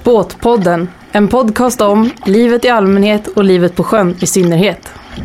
Båtpodden, en podcast om livet i allmänhet och livet på sjön i synnerhet.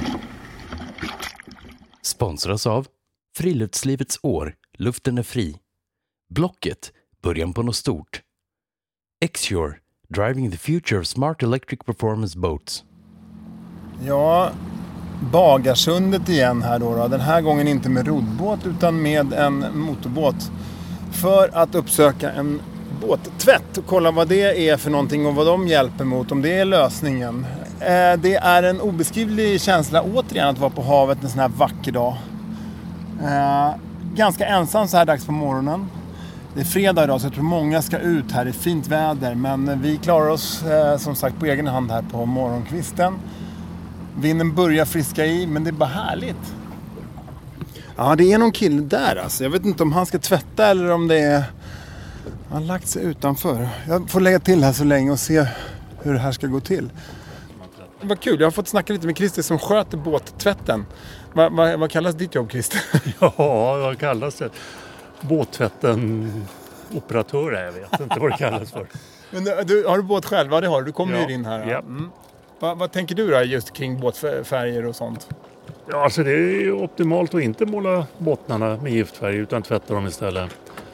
Sponsras av Friluftslivets år, luften är fri. Blocket, början på något stort. Xshore, driving the future of smart electric performance boats. Ja, Bagarsundet igen här då. Den här gången inte med roddbåt utan med en motorbåt. För att uppsöka en båttvätt och kolla vad det är för någonting och vad de hjälper mot, om det är lösningen. Det är en obeskrivlig känsla återigen att vara på havet en sån här vacker dag. Ganska ensam så här dags på morgonen. Det är fredag idag så jag tror många ska ut här i fint väder, men vi klarar oss som sagt på egen hand här på morgonkvisten. Vinden börjar friska i, men det är bara härligt. Ja, det är någon kille där alltså. Jag vet inte om han ska tvätta eller om det är... Han har lagt sig utanför. Jag får lägga till här så länge och se hur det här ska gå till. Vad kul, jag har fått snacka lite med Christer som sköter båttvätten. Vad kallas ditt jobb, Christer? Ja, vad kallas det? Båttvätten operatör, jag vet inte vad det kallas för. Men har du båt själv? Ja, det har du. Du kommer ju in här. Ja. Mm. Vad tänker du då just kring båtfärger och sånt? Ja, alltså det är optimalt att inte måla bottnarna med giftfärg utan tvätta dem istället.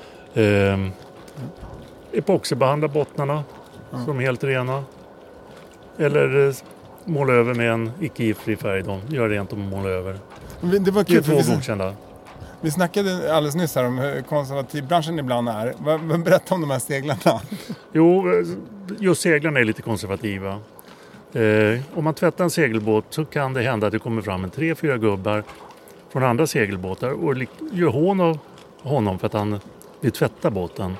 Epoxybehandla bottnarna som är helt rena. Eller måla över med en icke-giftfri färg. Gör rent och måla över. Det var kul. Det är två godkända. Vi snackade alldeles nyss här om hur konservativ branschen ibland är. Berätta om de här seglarna. Jo, just seglarna är lite konservativa. Om man tvättar en segelbåt så kan det hända att det kommer fram en 3-4 gubbar från andra segelbåtar och gör hån av honom för att han vill tvätta båten.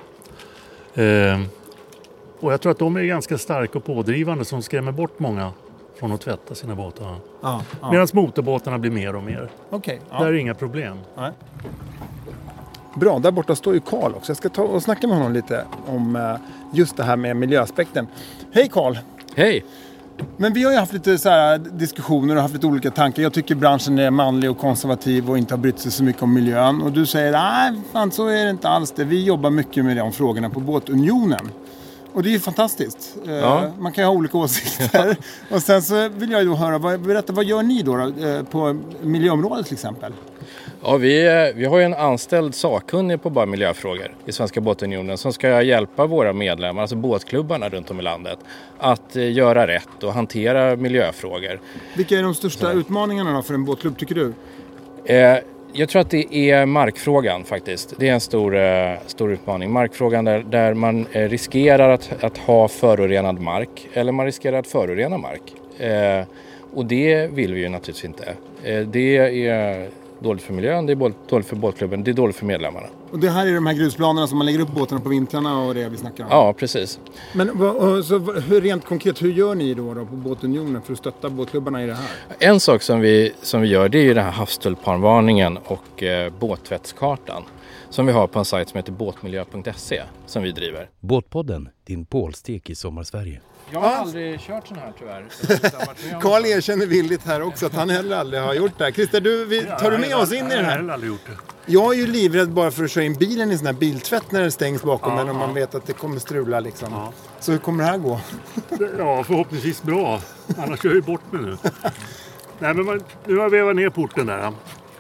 Och jag tror att de är ganska starka och pådrivande som skrämmer bort många från att tvätta sina båtar. Medan motorbåtarna blir mer och mer. Okay, Där är inga problem. Nej. Bra, där borta står ju Karl också. Jag ska ta och snacka med honom lite om just det här med miljöaspekten. Hej Karl! Hej! Men vi har ju haft lite så här diskussioner och haft lite olika tankar. Jag tycker branschen är manlig och konservativ och inte har brytt sig så mycket om miljön. Och du säger, nej fan så är det inte alls det. Vi jobbar mycket med de frågorna på Båtunionen. Och det är ju fantastiskt. Ja. Man kan ju ha olika åsikter. Och sen så vill jag ju då höra, berätta, vad gör ni då på miljöområdet till exempel? Ja, vi har ju en anställd sakkunnig på bara miljöfrågor i Svenska Båtunionen som ska hjälpa våra medlemmar, alltså båtklubbarna runt om i landet, att göra rätt och hantera miljöfrågor. Vilka är de största utmaningarna då för en båtklubb tycker du? Jag tror att det är markfrågan faktiskt. Det är en stor utmaning. Markfrågan där man riskerar att ha förorenad mark eller man riskerar att förorena mark. Och det vill vi ju naturligtvis inte. Det är dåligt för miljön, det är dåligt för båtklubben, det är dåligt för medlemmarna. Och det här är de här grusplanerna som man lägger upp båtarna på vintrarna och det vi snackar om? Ja, precis. Men så hur rent konkret, hur gör ni då på Båtunionen för att stötta båtklubbarna i det här? En sak som vi gör, det är ju den här havstulpanvarningen och båttvättskartan som vi har på en sajt som heter båtmiljö.se som vi driver. Båtpodden, din pålstek i sommarsverige. Jag har aldrig kört sån här tyvärr. Karl erkänner villigt här också att han heller aldrig har gjort det här. Christer, tar du med oss in i det här? Jag har aldrig gjort det. Jag är ju livrädd bara för att köra in bilen i sån här biltvätt när den stängs bakom eller om man vet att det kommer strula liksom. Ja. Så hur kommer det här gå? Ja, förhoppningsvis bra. Annars kör jag ju bort mig nu. Nej, men nu har jag vevat ner porten där.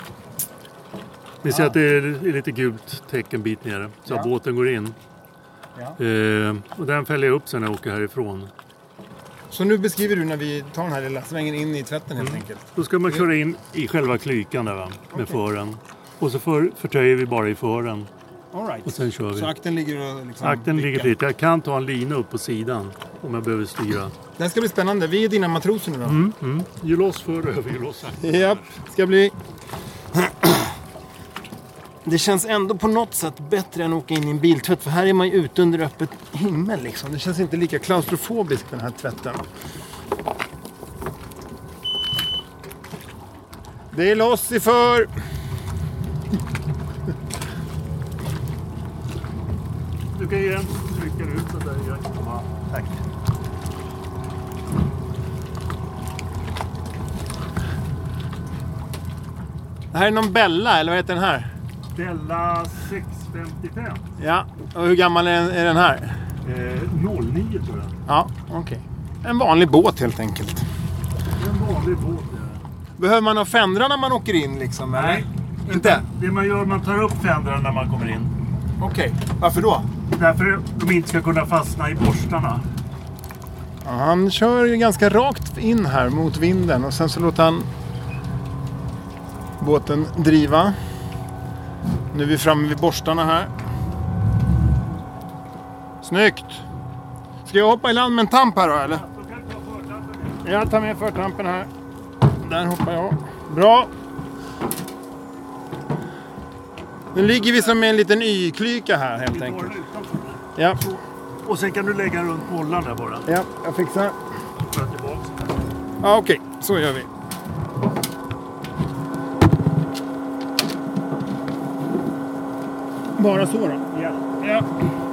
Ni ser att det är lite gult teckenbit nere. Så att båten går in. Ja. Och den fäller jag upp sen när jag åker härifrån. Så nu beskriver du när vi tar den här lilla svängen in i tvätten helt enkelt? Då ska man köra in i själva klykan där med fören. Och så förtöjer vi bara i fören. All right. Och sen kör vi. Så akten ligger liksom... Akten ligger fritt. Jag kan ta en lina upp på sidan om jag behöver styra. Det ska bli spännande. Vi är dina matroser nu då. Ge loss för över, ge loss akten. Japp, ska bli... Det känns ändå på något sätt bättre än att åka in i en biltvätt. För här är man ju ute under öppet himmel liksom. Det känns inte lika klaustrofobiskt den här tvätten. Det är loss i för. Du kan igen trycka ut så där. Ja, tack. Det här är någon Bella, eller vad heter den här? Bella 655. Ja, och hur gammal är den här? 09 tror jag. Ja, okej. En vanlig båt helt enkelt. En vanlig båt. Behöver man ha fändrar när man åker in liksom? Eller? Nej. Inte? Det man gör, man tar upp fändrarna när man kommer in. Okej. Varför då? Därför att de inte ska kunna fastna i borstarna. Ja, han kör ju ganska rakt in här mot vinden och sen så låter han båten driva. Nu är vi framme vid borstarna här. Snyggt! Ska jag hoppa i land med en tamp här då eller? Jag tar med förtampen här. Där hoppar jag. Bra! Nu ligger vi som en liten y-klyka här helt enkelt. Ja. Och sen kan du lägga runt mollan där bara. Ja, jag fixar. För att tillbaka. Ja, okej. Så gör vi. Bara så då? Ja. Ja.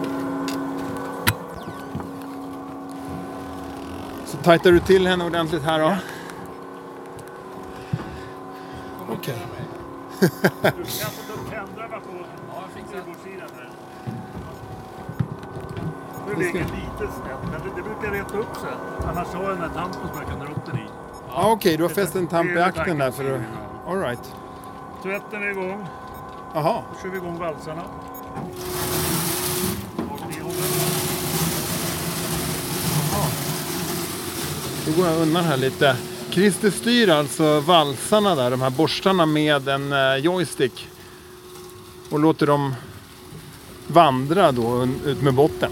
Så tajtar du till henne ordentligt här då? Ja. Okej. Du kan få upp tändrarna på sidbordssidan här. Nu ligger lite snett, men det brukar reta upp sig. Annars har jag den här tampen som jag kan dra upp den i. Ja, okej. Du har fäst en tamp i akten där för att... All right. Tvätten är igång. Jaha. Då kör vi igång valsarna. Då går jag undan här lite. Christer styr alltså valsarna där, de här borstarna med en joystick. Och låter dem vandra då ut med botten.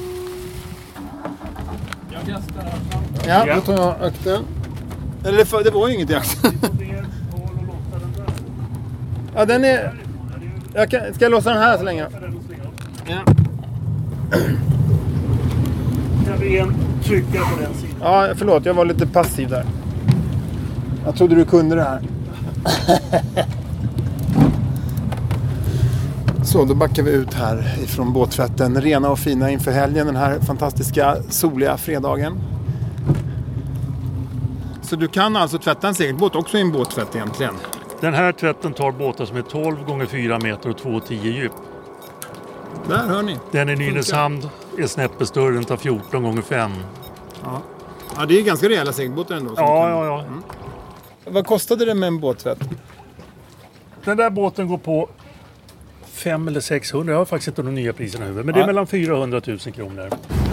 Jag kastar här. Ja, då tar jag akten. Eller det var ju inget i akten. Ja, den är... Ska jag låsa den här så länge? Ja. Kan vi en trycka på den sidan? Ja, förlåt. Jag var lite passiv där. Jag trodde du kunde det här. Så, då backar vi ut här ifrån båttvätten. Rena och fina inför helgen. Den här fantastiska soliga fredagen. Så du kan alltså tvätta en segelbåt också i en båttvätt egentligen? Den här tvätten tar båtar som är 12 gånger 4 meter och 2,10 djup. Där hör ni. Den i Nynäshamn är snäppet större, den tar 14 gånger 5. Ja. Ja, det är ganska rejäla segelbåtar ändå. Ja. Mm. Vad kostade det med en båttvätt? Den där båten går på 500 eller 600. Jag har faktiskt inte de nya priserna i huvudet. Men det är mellan 400 000 kronor.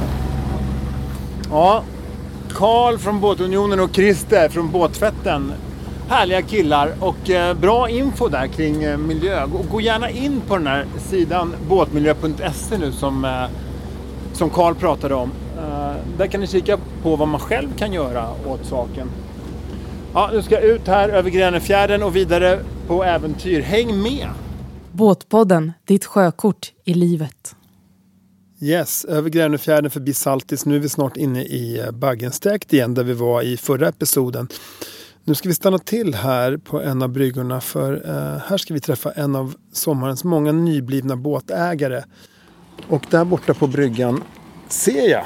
Ja, Karl från Båtunionen och Christer från Båttvätten. Härliga killar och bra info där kring miljö. Gå gärna in på den här sidan båtmiljö.se nu som Karl pratade om. Där kan ni kika på vad man själv kan göra åt saken. Ja, nu ska jag ut här över Gränefjärden och vidare på äventyr. Häng med! Båtpodden, ditt sjökort i livet. Yes, över Gränefjärden förbi Saltis. Nu är vi snart inne i Baggensträkt igen där vi var i förra episoden. Nu ska vi stanna till här på en av bryggorna för här ska vi träffa en av sommarens många nyblivna båtägare. Och där borta på bryggan ser jag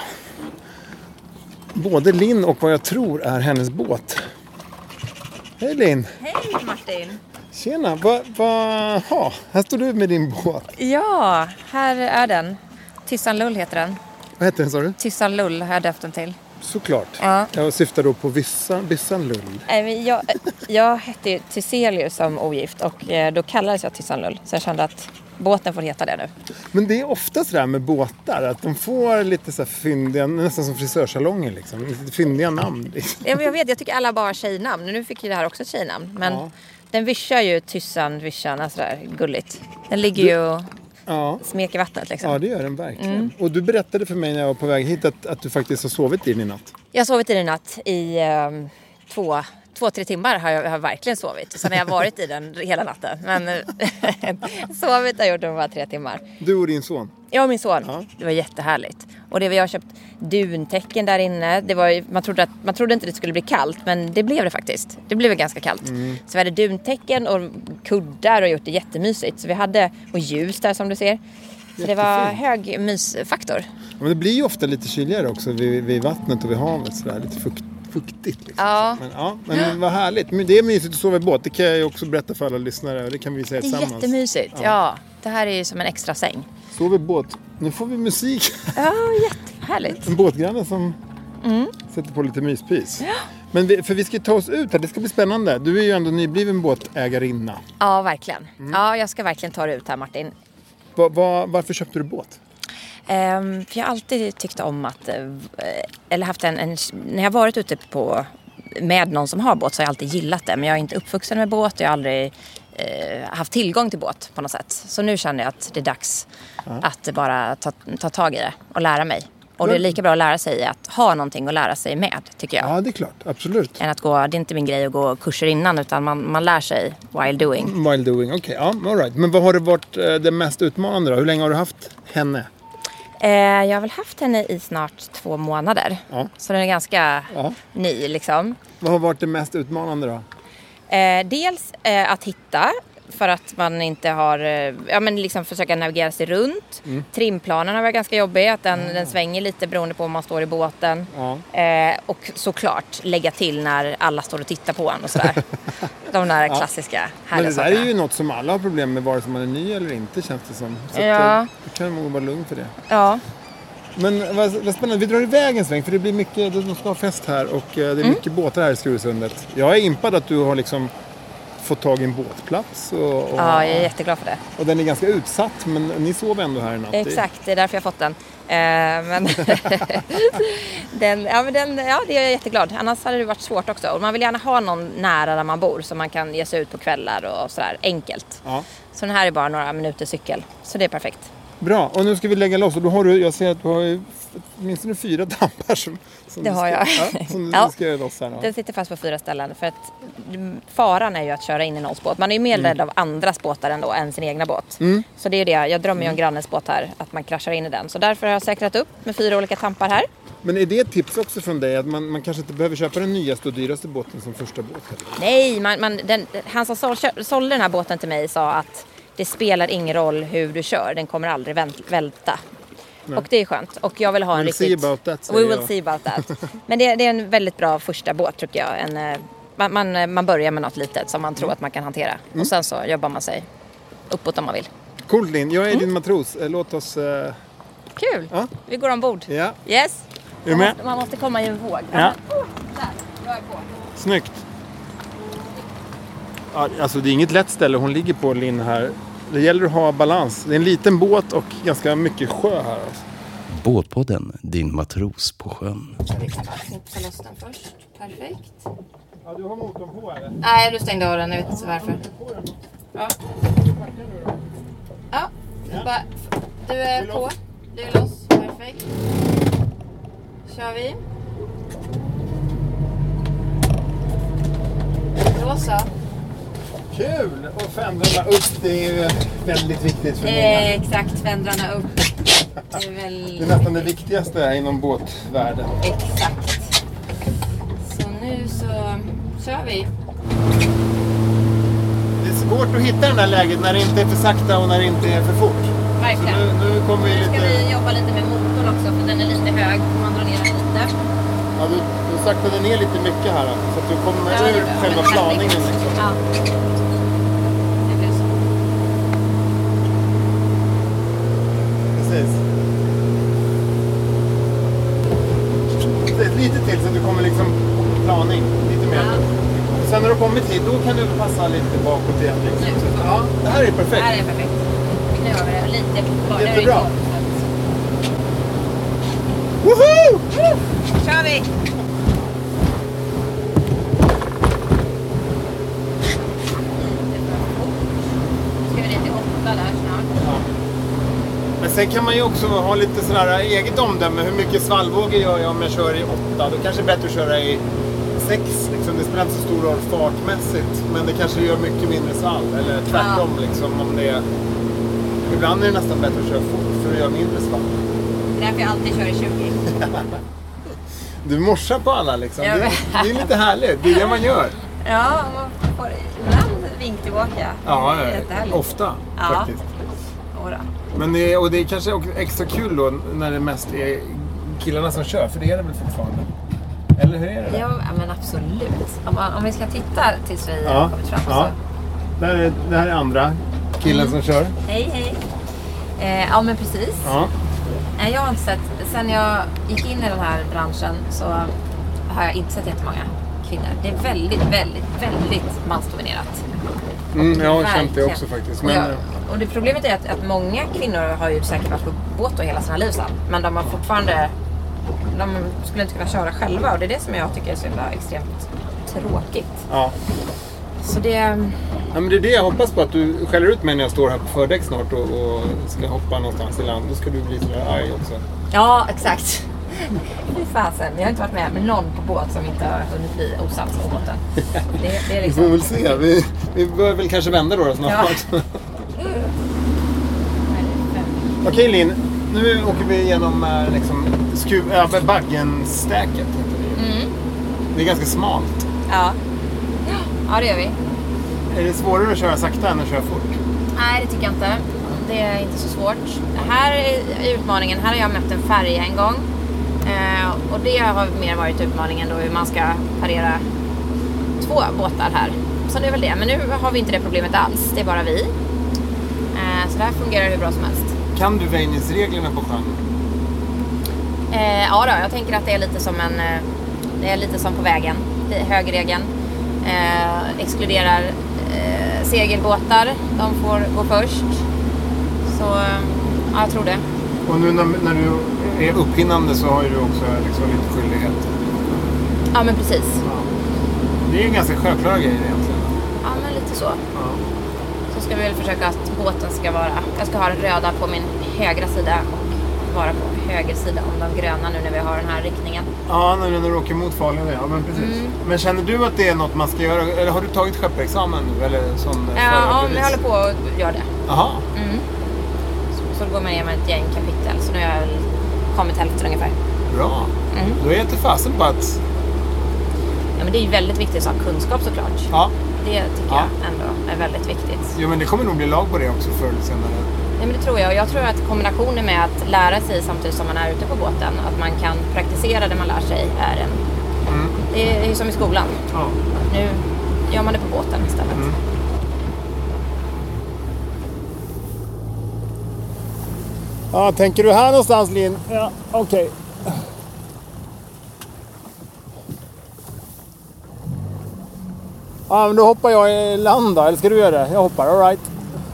både Linn och vad jag tror är hennes båt. Hej Linn! Hej Martin! Tjena! Här står du med din båt. Ja, här är den. Tyssan Lull heter den. Vad heter den sa du? Tyssan Lull har jag döpt den till. Såklart. Ja. Jag syftar då på Bissan Lull. Jag hette ju Tyselius som ogift och då kallades jag Tyssan Lull. Så jag kände att båten får heta det nu. Men det är ofta sådär med båtar att de får lite så här fyndiga, nästan som frisörsalonger liksom. Lite fyndiga namn. Liksom. Ja, men jag tycker alla bara har tjejnamn. Nu fick ju det här också ett tjejnamn. Men den vischar ju Tyssan, alltså där gulligt. Den ligger ju och smeker vattnet liksom. Ja, det gör den verkligen. Och du berättade för mig när jag var på väg hit att du faktiskt har sovit i din natt. Jag har sovit i den natt i 2-3 timmar har jag verkligen sovit. Sen har jag varit i den hela natten. Men sovit har jag gjort det bara 3 timmar. Du och din son? Jag och min son. Ja. Det var jättehärligt. Och vi har köpt duntäcken där inne. Det var, man trodde inte det skulle bli kallt. Men det blev det faktiskt. Det blev ganska kallt. Så vi hade duntäcken och kuddar och gjort det jättemysigt. Så vi hade, och ljus där som du ser. Så jättefint. Det var hög mysfaktor. Ja, men det blir ju ofta lite kyligare också vid vattnet och vid havet. Så där, lite fuktigt liksom. Ja. Men vad härligt. Men det är mysigt att sova i båt. Det kan jag ju också berätta för alla lyssnare. Och det kan vi säga tillsammans. Det är jättemysigt, ja. Det här är ju som en extra säng. Sover båt. Nu får vi musik. Ja, jättehärligt. En båtgranne som sätter på lite myspys. Ja. Men för vi ska ta oss ut här, det ska bli spännande. Du är ju ändå nybliven båtägarinna. Ja, verkligen. Ja, jag ska verkligen ta det ut här, Martin. Varför köpte du båt? För jag har alltid tyckt om att, eller haft när jag varit ute med någon som har båt så har jag alltid gillat det. Men jag är inte uppvuxen med båt, jag har aldrig haft tillgång till båt på något sätt. Så nu känner jag att det är dags att bara ta tag i det och lära mig. Och det är lika bra att lära sig att ha någonting att lära sig med, tycker jag. Ja, det är klart. Absolut. Än att det är inte min grej att gå kurser innan, utan man lär sig while doing. While doing, okej. Ja, all right. Men vad har det varit det mest utmanande då? Hur länge har du haft henne? Jag har väl haft henne i snart 2 månader. Ja. Så den är ganska ny liksom. Vad har varit det mest utmanande då? Dels att hitta. För att man inte har, liksom försöka navigera sig runt. Trimplanen har varit ganska jobbig. Att den svänger lite beroende på om man står i båten. Och såklart lägga till när alla står och tittar på en och sådär. De där klassiska härliga sakerna. Men det där är ju något som alla har problem med, vare sig man är ny eller inte, känns det som. Så du kan nog vara lugn för det. Ja. Men vad spännande, vi drar iväg en sväng för det blir mycket, de ska ha fest här och det är mycket båtar här i Skurusundet. Jag är impad att du har liksom fått tag i en båtplats. Ja, jag är jätteglad för det. Och den är ganska utsatt, men ni sov ändå här i natt. Exakt, det är därför jag har fått den. Men det är jag jätteglad. Annars hade det varit svårt också. Och man vill gärna ha någon nära där man bor så man kan ge sig ut på kvällar och sådär enkelt. Ja. Så den här är bara några minuter cykel. Så det är perfekt. Bra, och nu ska vi lägga loss. Och då har jag ser att du har minst 4 dampar som det har jag. Som du ska göra loss här. Den sitter fast på 4 ställen. För att faran är ju att köra in i någons båt. Man är ju mer rädd av andras båtar ändå än sin egna båt. Så det är det. Jag drömmer ju om grannens båt här. Att man kraschar in i den. Så därför har jag säkrat upp med 4 olika tampar här. Men är det ett tips också från dig? Att man kanske inte behöver köpa den nyaste och dyraste båten som första båt? Nej, han som sålde den här båten till mig sa att det spelar ingen roll hur du kör. Den kommer aldrig välta. Nej. Och det är skönt. Och jag vill ha en riktigt... We will see about that. Men det är en väldigt bra första båt, tycker jag. Man börjar med något litet som man tror att man kan hantera. Och sen så jobbar man sig uppåt om man vill. Coolt, Linn. Jag är din matros. Låt oss... Kul. Ja. Vi går ombord. Ja. Yes. Är du med? Man måste komma i en våg. Ja. Där, jag är på. Snyggt. Ja, alltså det är inget lätt ställe hon ligger på, Linn, här. Det gäller att ha balans. Det är en liten båt och ganska mycket sjö här. Alltså. Båtpodden, din matros på sjön. Ska vi knipsa loss den först? Perfekt. Ja, du har motorn på, eller? Nej, du stängde av den. Jag vet inte varför. Ja. Ja. Du är på. Du är loss. Perfekt. Kör vi. Då så. Kul! Och fändrarna upp, det är ju väldigt viktigt för många. Exakt, fändrarna upp. Det är nästan det viktigaste inom båtvärlden. Exakt. Så nu så kör vi. Det är svårt att hitta den här läget när det inte är för sakta och när det inte är för fort. Verkligen. Så nu kommer vi lite... ska vi jobba lite med motorn också, för den är lite hög. Man drar ner den lite. Ja, du saktade ner lite mycket här så att du kommer ur själva planingen. Liksom. Ja. Det blir så. Precis. Lite till så att du kommer liksom på planing. Lite mer. Ja. Sen när du kommit hit, då kan du passa lite bakåt igen. Liksom. Så, ja, det här är perfekt. Det här är perfekt. Nu gör vi det lite bara. Jättebra. Woho! Kör vi! Ska vi ner till 8 där snart? Ja. Men sen kan man ju också ha lite sådär eget omdöme. Hur mycket svallvågor gör jag om jag kör i 8? Då kanske det är bättre att köra i 6. Liksom. Det spelar inte så stor roll fartmässigt. Men det kanske gör mycket mindre svall. Eller tvärtom liksom. Om det är... Ibland är det nästan bättre att köra fort för att göra mindre svall. Det är därför jag alltid kör i 20. Du morsar på alla liksom. Det är lite härligt. Det är det man gör. Ja, man får ibland vink tillbaka. Ja, ofta faktiskt. Men det är kanske extra kul då när det mest är killarna som kör. För det är det väl fortfarande? Eller hur är det? Ja, men absolut. Om vi ska titta tills vi har kommit fram. Ja. Det här är andra killen som kör. Hej. Ja, men precis. Ja. Jag har inte sett, sen jag gick in i den här branschen så har jag inte sett jättemånga kvinnor. Det är väldigt, väldigt, väldigt mansdominerat. Jag har känt det också faktiskt. Men... Och det problemet är att många kvinnor har ju säkert varit på båt hela sina liv sedan. Men de har fortfarande, de skulle inte kunna köra själva. Och det är det som jag tycker är så himla extremt tråkigt. Ja. Så det... Ja, men det är det jag hoppas på, att du skäller ut mig när jag står här på fördäck snart och ska hoppa någonstans i land. Då ska du bli så där arg också. Ja, exakt. Fy fasen. Jag har inte varit med någon på båt som inte har hunnit bli osams på båten. Det är liksom... Vi får väl se. Vi bör väl kanske vända då snart. Ja. Okej Linn, nu åker vi igenom liksom, Baggenstäket. Det är ganska smalt. Ja, det gör vi. Är det svårare att köra sakta än att köra fort? Nej, det tycker jag inte. Det är inte så svårt. Här är utmaningen. Här har jag mött en färja en gång. Och det har mer varit utmaningen då hur man ska parera 2 båtar här. Så det är väl det. Men nu har vi inte det problemet alls. Det är bara vi. Så det här fungerar hur bra som helst. Kan du väjningsreglerna på sjön? Ja då, jag tänker att det är lite som det är lite som på vägen. Det är högerregeln. Exkluderar segelbåtar. De får gå först. Så ja, jag tror det. Och nu när du är upphinnande så har ju du också liksom lite skyldighet. Ja, men precis. Ja. Det är ju ganska självklara grejer egentligen. Ja, men lite så. Ja. Så ska vi väl försöka att båten ska vara... Jag ska ha den röda på min högra sida och vara på höger sida om de gröna nu när vi har den här riktningen. Ja, när du åker mot farliga. Ja, men precis. Men känner du att det är något man ska göra? Eller har du tagit skepparexamen nu? Eller sån ja, vi håller på att göra det. Jaha. Så går man igenom ett gäng kapitel. Så nu har jag kommit hälften ungefär. Bra. Då är jag inte fasen på att... Ja, men det är ju väldigt viktigt att ha kunskap såklart. Ja. Det tycker jag ändå är väldigt viktigt. Jo, men det kommer nog bli lag på det också förr eller senare. Nej, men det tror jag. Och jag tror att kombinationen med att lära sig samtidigt som man är ute på båten, att man kan praktisera det man lär sig, är en... Det är ju som i skolan. Ja. Nu gör man det på båten istället. Ja, tänker du här någonstans, Linn? Ja, okej. Ja, men då hoppar jag i land då. Eller ska du göra det? Jag hoppar, all right.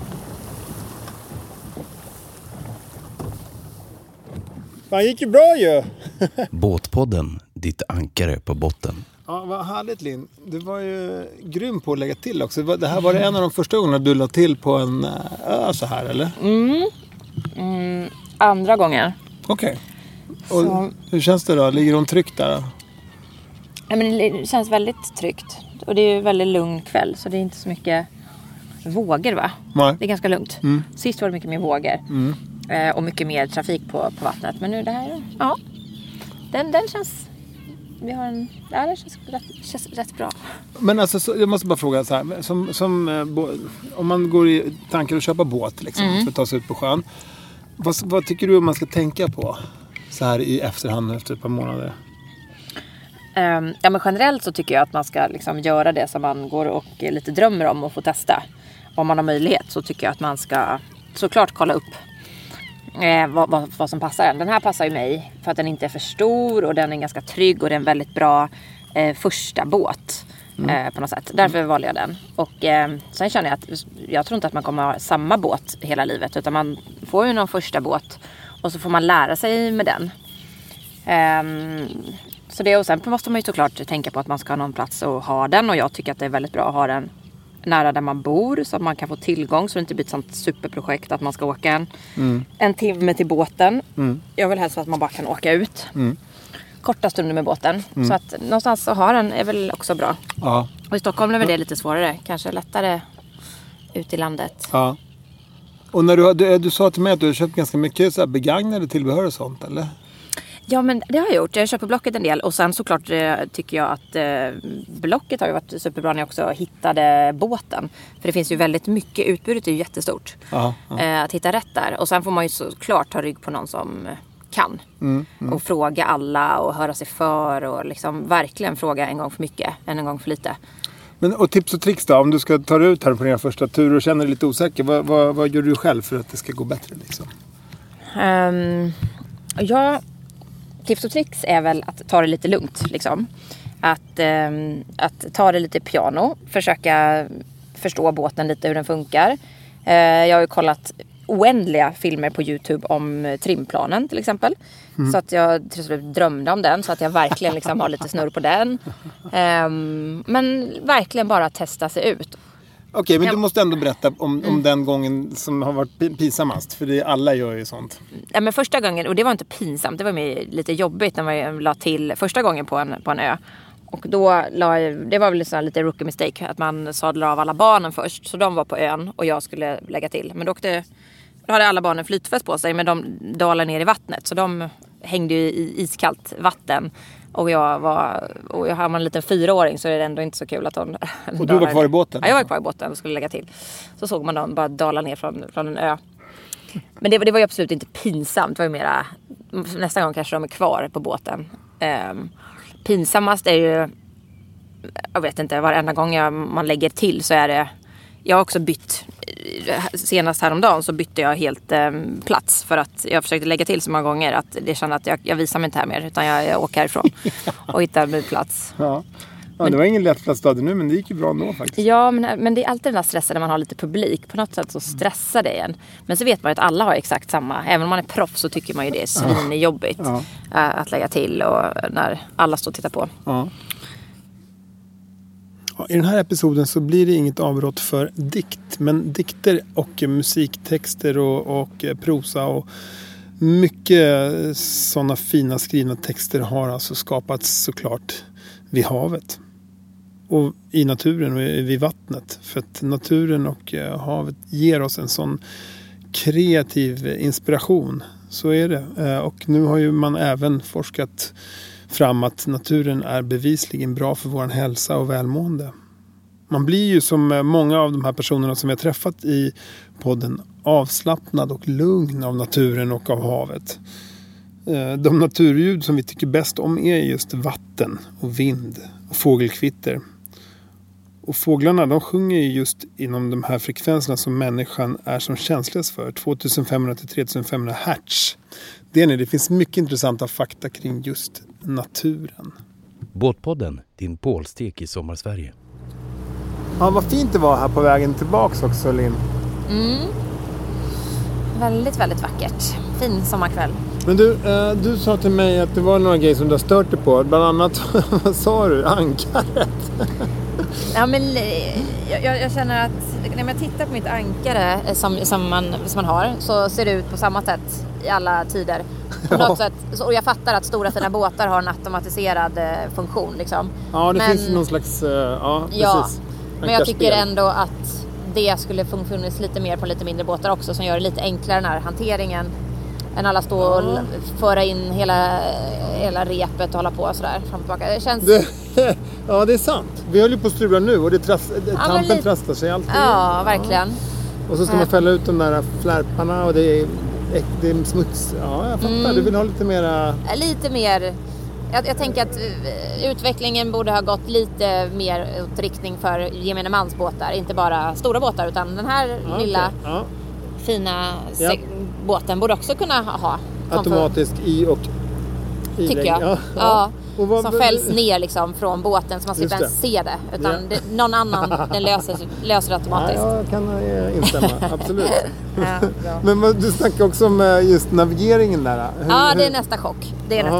Det gick ju bra ju. Båtpodden, ditt ankare på botten. Ja, vad härligt Linn. Du var ju grym på att lägga till också. Det här var det en av de första gångerna du la till på en ö så här, eller? Andra gången. Okej. Och hur känns det då? Ligger hon tryggt där? Ja, men det känns väldigt tryggt. Och det är ju väldigt lugn kväll, så det är inte så mycket vågor, va? Nej. Det är ganska lugnt. Sist var det mycket mer vågor. Och mycket mer trafik på vattnet. Men nu det här, ja. Den känns... Vi har en... Ja, den känns rätt bra. Men alltså, jag måste bara fråga så här. Om man går i tankar att köpa båt liksom, för att ta sig ut på sjön. Vad tycker du man ska tänka på så här i efterhand efter ett par månader? Ja, men generellt så tycker jag att man ska liksom göra det som man går och lite drömmer om och få testa. Om man har möjlighet så tycker jag att man ska såklart kolla upp vad som passar en. Den här passar ju mig för att den inte är för stor och den är ganska trygg och det är en väldigt bra första båt på något sätt. Därför valde jag den. Och sen känner jag att jag tror inte att man kommer ha samma båt hela livet, utan man får ju någon första båt och så får man lära sig med den. Så det, och sen måste man ju såklart tänka på att man ska ha någon plats att ha den, och jag tycker att det är väldigt bra att ha den nära där man bor så att man kan få tillgång, så det inte blir ett sånt superprojekt att man ska åka en timme till båten. Jag vill helst att man bara kan åka ut korta stunder med båten. Så att någonstans att ha den är väl också bra. Ja. Och i Stockholm är väl det lite svårare, kanske lättare ut i landet. Ja. Och när du sa till mig att du har köpt ganska mycket så här begagnade tillbehör och sånt, eller? Ja, men det har jag gjort. Jag köper Blocket en del. Och sen såklart tycker jag att Blocket har ju varit superbra när jag också hittade båten. För det finns ju väldigt mycket. Utbudet är ju jättestort. Att hitta rätt där. Och sen får man ju såklart ta rygg på någon som kan. Och fråga alla och höra sig för. Och liksom verkligen fråga en gång för mycket än en gång för lite. Men, och tips och tricks då, om du ska ta dig ut här på dina första turer och känner dig lite osäker, vad gör du själv för att det ska gå bättre liksom? Ja, tips och tricks är väl att ta det lite lugnt liksom. Att ta det lite piano, försöka förstå båten lite hur den funkar. Jag har ju kollat oändliga filmer på YouTube om trimplanen till exempel. Så att jag till slut drömde om den, så att jag verkligen liksom har lite snurr på den. Men verkligen bara testa sig ut. Okej, men du måste ändå berätta om den gången som har varit pinsammast. För alla gör ju sånt. Ja, men första gången, och det var inte pinsamt, det var mer lite jobbigt när jag la till första gången på en ö. Och då det var väl så lite rookie mistake att man sadlar av alla barnen först. Så de var på ön och jag skulle lägga till. Men då hade alla barnen flytväst på sig, men de dalade ner i vattnet. Så de hängde ju i iskallt vatten. Och jag har en liten 4-åring, så är det ändå inte så kul att hon... Och du var kvar i båten? Ja, jag var kvar i båten och skulle lägga till. Så såg man dem bara dala ner från en ö. Men det var ju absolut inte pinsamt. Det var ju mera... Nästa gång kanske de är kvar på båten. Pinsammast är ju... Jag vet inte, varenda gång man lägger till så är det... Jag har också bytt... Senast häromdagen så bytte jag helt plats. För att jag försökte lägga till så många gånger att det kände att jag visar mig inte här mer. Utan jag åker härifrån och hittar en ny plats. Ja, det var ingen lätt plats nu, men det gick ju bra ändå faktiskt. Ja, men det är alltid den där stressen när man har lite publik. På något sätt så stressar det en. Men så vet man att alla har exakt samma. Även om man är proffs så tycker man ju det är svinjobbigt att lägga till. Och när alla står och tittar på. Ja. I den här episoden så blir det inget avbrott för dikt. Men dikter och musiktexter och prosa och mycket sådana fina skrivna texter har alltså skapats såklart vid havet. Och i naturen och vid vattnet. För att naturen och havet ger oss en sån kreativ inspiration. Så är det. Och nu har ju man även forskat fram att naturen är bevisligen bra för vår hälsa och välmående. Man blir ju som många av de här personerna som vi har träffat i podden avslappnad och lugn av naturen och av havet. De naturljud som vi tycker bäst om är just vatten och vind och fågelkvitter. Och fåglarna, de sjunger ju just inom de här frekvenserna som människan är som känsligast för. 2500 till 3500 hertz. Det finns mycket intressanta fakta kring just naturen. Båtpodden, din pålstek i sommarsverige. Ja, vad fint det var här på vägen tillbaks också, Linn. Väldigt, väldigt vackert. Fin sommarkväll. Men du sa till mig att det var några grejer som du har stört dig på. Bland annat, vad sa du? Ankaret. Ja, men jag känner att när jag tittar på mitt ankare som man har, så ser det ut på samma sätt i alla tider. På något sätt, och jag fattar att stora fina båtar har en automatiserad funktion liksom. Ja, det finns någon slags... ja, precis. Men jag tycker ändå att det skulle funnits lite mer på lite mindre båtar också, som gör det lite enklare den här hanteringen än alla stå och föra in hela repet och hålla på sådär fram och tillbaka. Det känns... Ja, det är sant. Vi håller på att strula nu och tampen trastar sig alltid. Ja, verkligen. Och så ska man fälla ut de där flärparna och det är smuts. Ja, jag fattar. Du vill ha lite mera... Lite mer... Jag tänker att utvecklingen borde ha gått lite mer åt riktning för gemene mans båtar. Inte bara stora båtar, utan den här lilla fina båten borde också kunna ha. Automatisk i och i. Tycker jag. Ja. Som fälls ner liksom från båten så man slipper ens se det. Utan någon annan den löser automatiskt. Ja, jag kan instämma. Absolut. Men du snackar också om just navigeringen där. Det är nästa chock.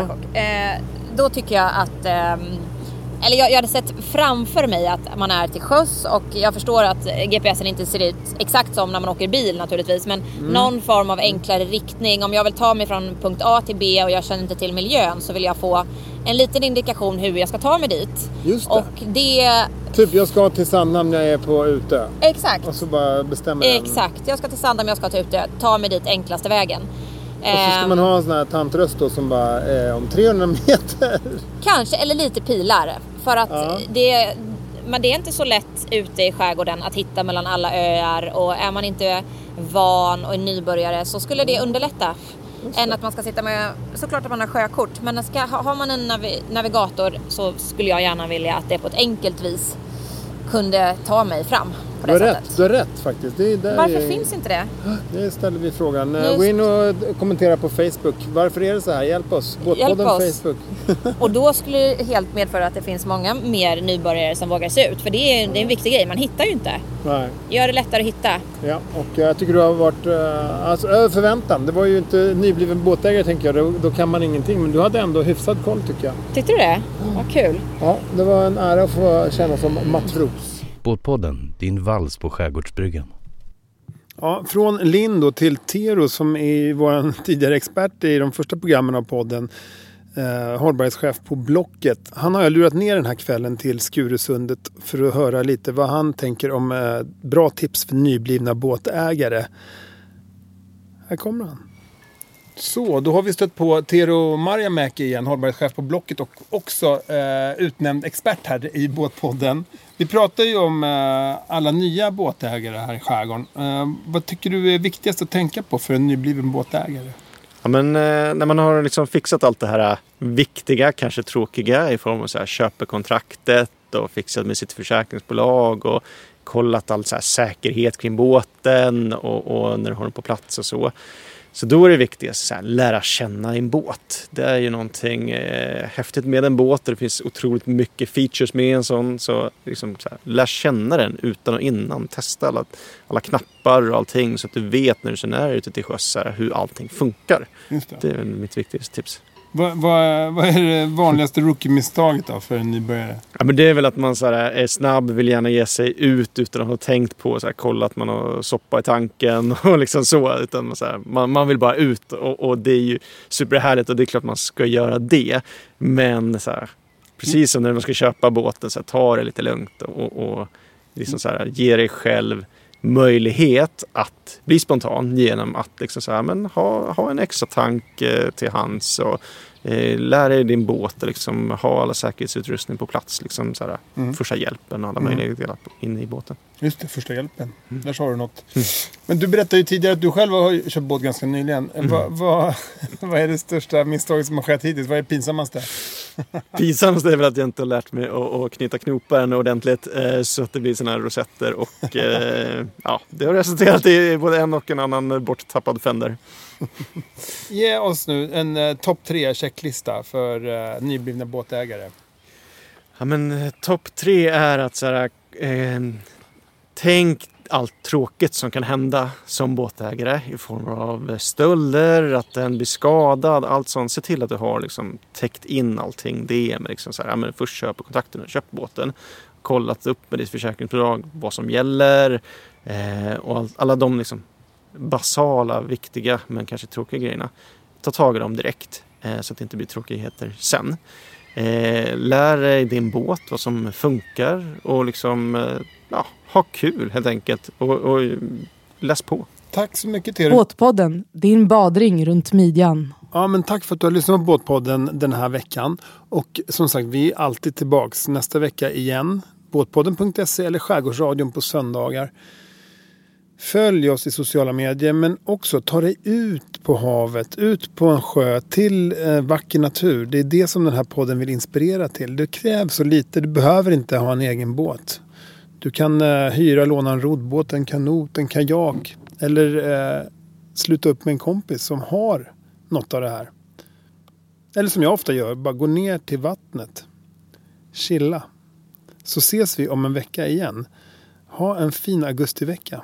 Då tycker jag att... Eller jag hade sett framför mig att man är till sjöss, och jag förstår att GPSen inte ser ut exakt som när man åker bil naturligtvis, men någon form av enklare riktning. Om jag vill ta mig från punkt A till B och jag känner inte till miljön, så vill jag få en liten indikation hur jag ska ta mig dit. Just det. Och det... Typ jag ska till Sandhamn när jag är på Utö. Exakt. Och så bara bestämmer jag. Exakt, jag ska till Sandhamn, jag ska till Utö. Ta mig dit enklaste vägen. Och så ska man ha en sån här tantröst då som bara om 300 meter. Kanske, eller lite pilar. För att men det är inte så lätt ute i skärgården att hitta mellan alla öar. Och är man inte van och är nybörjare så skulle det underlätta. Än att man ska sitta med, såklart att man har sjökort. Men har man en navigator så skulle jag gärna vilja att det på ett enkelt vis kunde ta mig fram på det sättet. Du har rätt faktiskt. Varför finns inte det? Det ställer vi frågan. Gå in och kommentera på Facebook. Varför är det så här? Hjälp oss. Båtpodden Facebook. Och då skulle det helt medföra att det finns många mer nybörjare som vågar se ut. För det är en viktig grej. Man hittar ju inte. Nej. Gör det lättare att hitta. Ja, och jag tycker du har varit över förväntan. Det var ju inte nybliven båtägare, tänker jag. Då kan man ingenting. Men du hade ändå hyfsad koll, tycker jag. Tyckte du det? Vad kul. Ja, det var en ära att få känna som matros. Båtpodden, din vals på Skärgårdsbryggan. Ja, från Linn då till Tero som är vår tidigare expert i de första programmen av podden. Hållbarhetschef på Blocket. Han har lurat ner den här kvällen till Skurusundet för att höra lite vad han tänker om bra tips för nyblivna båtägare. Här kommer han. Så, då har vi stött på Tero Marjamäki igen, hållbarhetschef på Blocket och också utnämnd expert här i Båtpodden. Vi pratar ju om alla nya båtägare här i skärgården. Vad tycker du är viktigast att tänka på för en nybliven båtägare? Ja, men när man har liksom fixat allt det här viktiga, kanske tråkiga i form av så här köpekontraktet och fixat med sitt försäkringsbolag och kollat all så här säkerhet kring båten och när du har den på plats och så. Så då är det viktigast att lära känna en båt. Det är ju någonting häftigt med en båt. Det finns otroligt mycket features med en sån. Så, liksom, så här, lär känna den utan och innan. Testa alla knappar och allting så att du vet när du sen är ute till sjöss hur allting funkar. Just det. Det är mitt viktigaste tips. Vad är det vanligaste rookie-misstaget då för en nybörjare? Ja, men det är väl att man så här, är snabb, vill gärna ge sig ut utan att ha tänkt på så här, kolla att man har soppa i tanken och liksom så. Utan så här, man vill bara ut och det är ju superhärligt och det är klart man ska göra det. Men så här, precis som när man ska köpa båten, så här, ta det lite lugnt och liksom så här, ge dig själv möjlighet att bli spontan genom att liksom så här, men ha en extra tank till hands och lär dig din båt och liksom ha alla säkerhetsutrustning på plats, liksom så här, första hjälpen och alla möjligheter inne i båten. Just det, första hjälpen. Där sa du något. Men du berättade ju tidigare att du själv har köpt båt ganska nyligen. Vad är det största misstaget som har skett hittills? Vad är det pinsammaste? Pinsammaste är väl att jag inte har lärt mig att knyta knoparen ordentligt så att det blir såna här rosetter och ja, det har resulterat i både en och en annan borttappad fender. Ge oss nu en topp 3 checklista för nyblivna båtägare. Ja, men topp 3 är att så här, tänk allt tråkigt som kan hända som båtägare i form av stölder, att den blir skadad, allt sånt. Se till att du har liksom täckt in allting. Det är med liksom så här, men först köp kontakten och köp båten. Kollat upp med ditt försäkringsbolag vad som gäller och alla de liksom basala, viktiga men kanske tråkiga grejerna. Ta tag i dem direkt så att det inte blir tråkigheter sen. Lär dig din båt vad som funkar och liksom ha kul helt enkelt och läs på. Tack så mycket till er. Båtpodden, din badring runt midjan. Ja, men tack för att du har lyssnat på Båtpodden den här veckan. Och som sagt, vi är alltid tillbaks nästa vecka igen. Båtpodden.se eller Skärgårdsradion på söndagar. Följ oss i sociala medier, men också ta dig ut på havet, ut på en sjö, till vacker natur. Det är det som den här podden vill inspirera till. Det krävs så lite, du behöver inte ha en egen båt. Du kan hyra, låna en roddbåt, en kanot, en kajak eller sluta upp med en kompis som har något av det här. Eller som jag ofta gör, bara gå ner till vattnet. Chilla. Så ses vi om en vecka igen. Ha en fin augustivecka.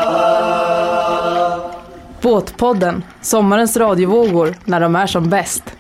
Båtpodden, sommarens radiovågor när de är som bäst.